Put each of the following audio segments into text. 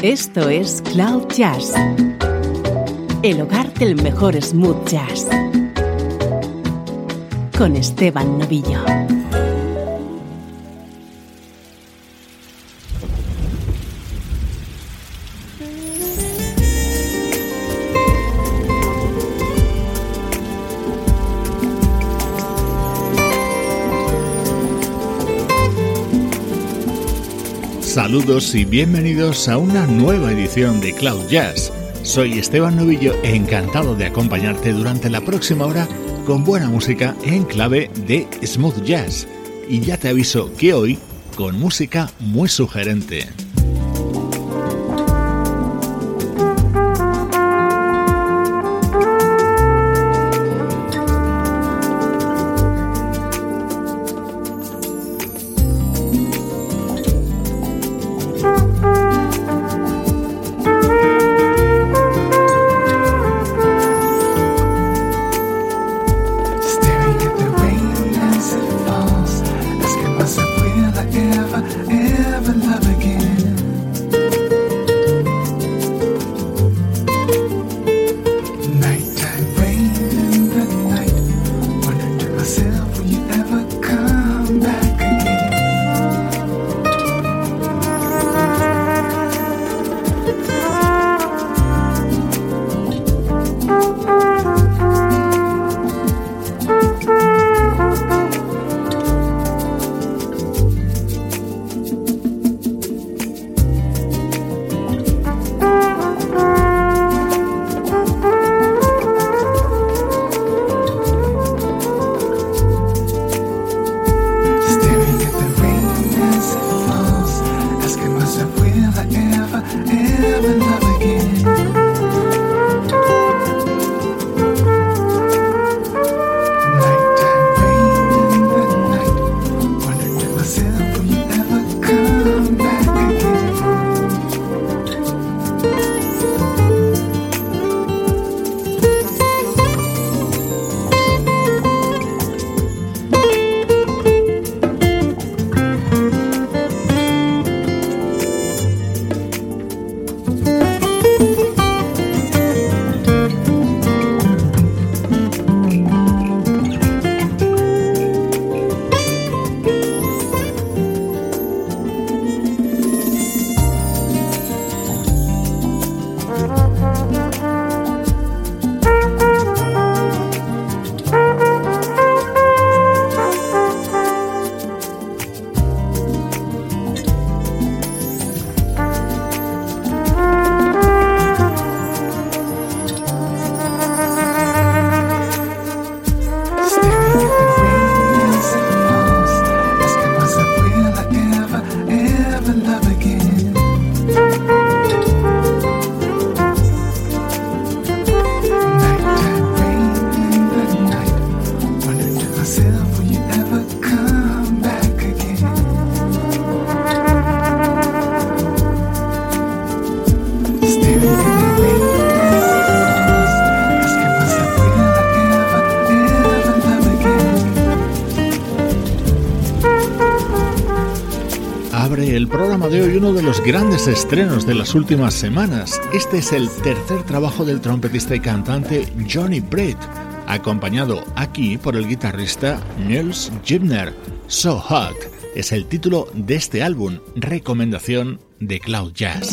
Esto es Cloud Jazz, el hogar del mejor smooth jazz, con Esteban Novillo. Saludos y bienvenidos a una nueva edición de Cloud Jazz. Soy Esteban Novillo, encantado de acompañarte durante la próxima hora con buena música en clave de smooth jazz. Y ya te aviso que hoy con música muy sugerente. Grandes estrenos de las últimas semanas. Este es el tercer trabajo del trompetista y cantante Johnny Britt, acompañado aquí por el guitarrista Nils Gibner. So Hot es el título de este álbum, recomendación de Cloud Jazz.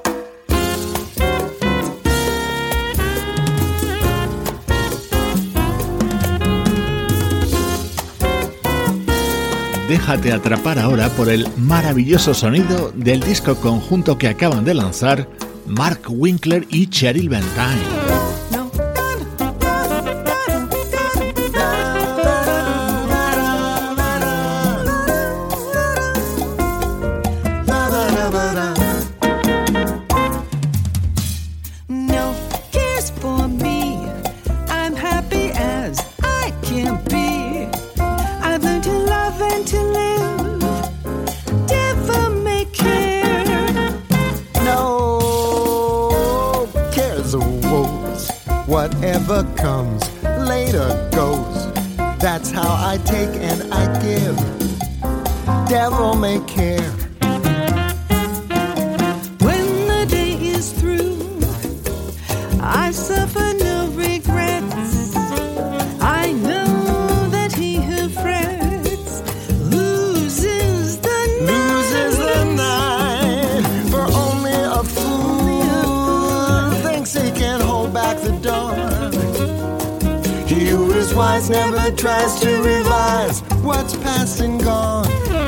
Déjate atrapar ahora por el maravilloso sonido del disco conjunto que acaban de lanzar Mark Winkler y Cheryl Bentine. Whatever comes, later goes. That's how I take and I give. Devil may care. When the day wise never tries to revise what's past and gone.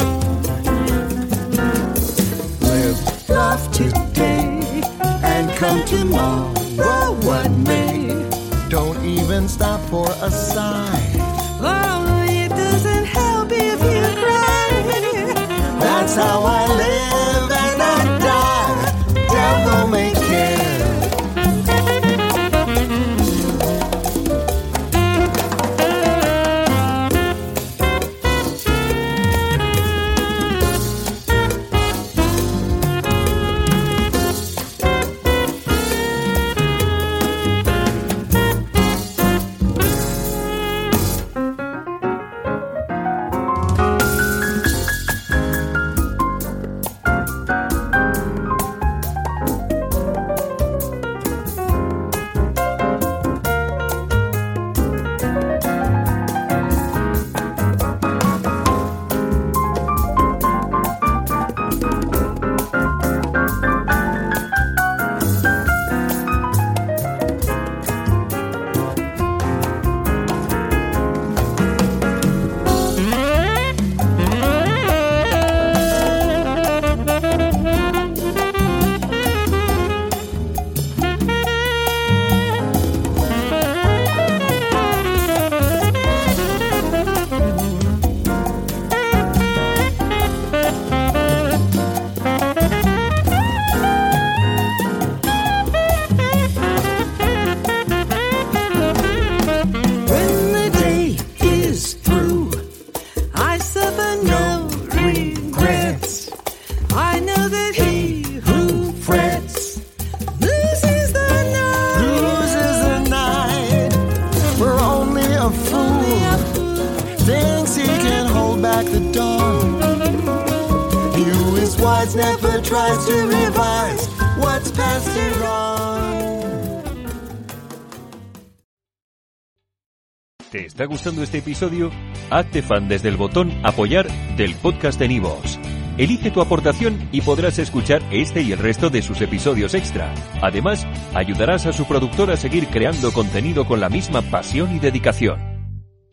Live, love today, and come tomorrow what may. Don't even stop for a sigh. Oh, it doesn't help if you cry. That's how I live and I die. Devil may care. Never tries to revise what's past and gone. ¿Te está gustando este episodio? Hazte fan desde el botón Apoyar del podcast de Nivos. Elige tu aportación y podrás escuchar este y el resto de sus episodios extra. Además, ayudarás a su productor a seguir creando contenido con la misma pasión y dedicación.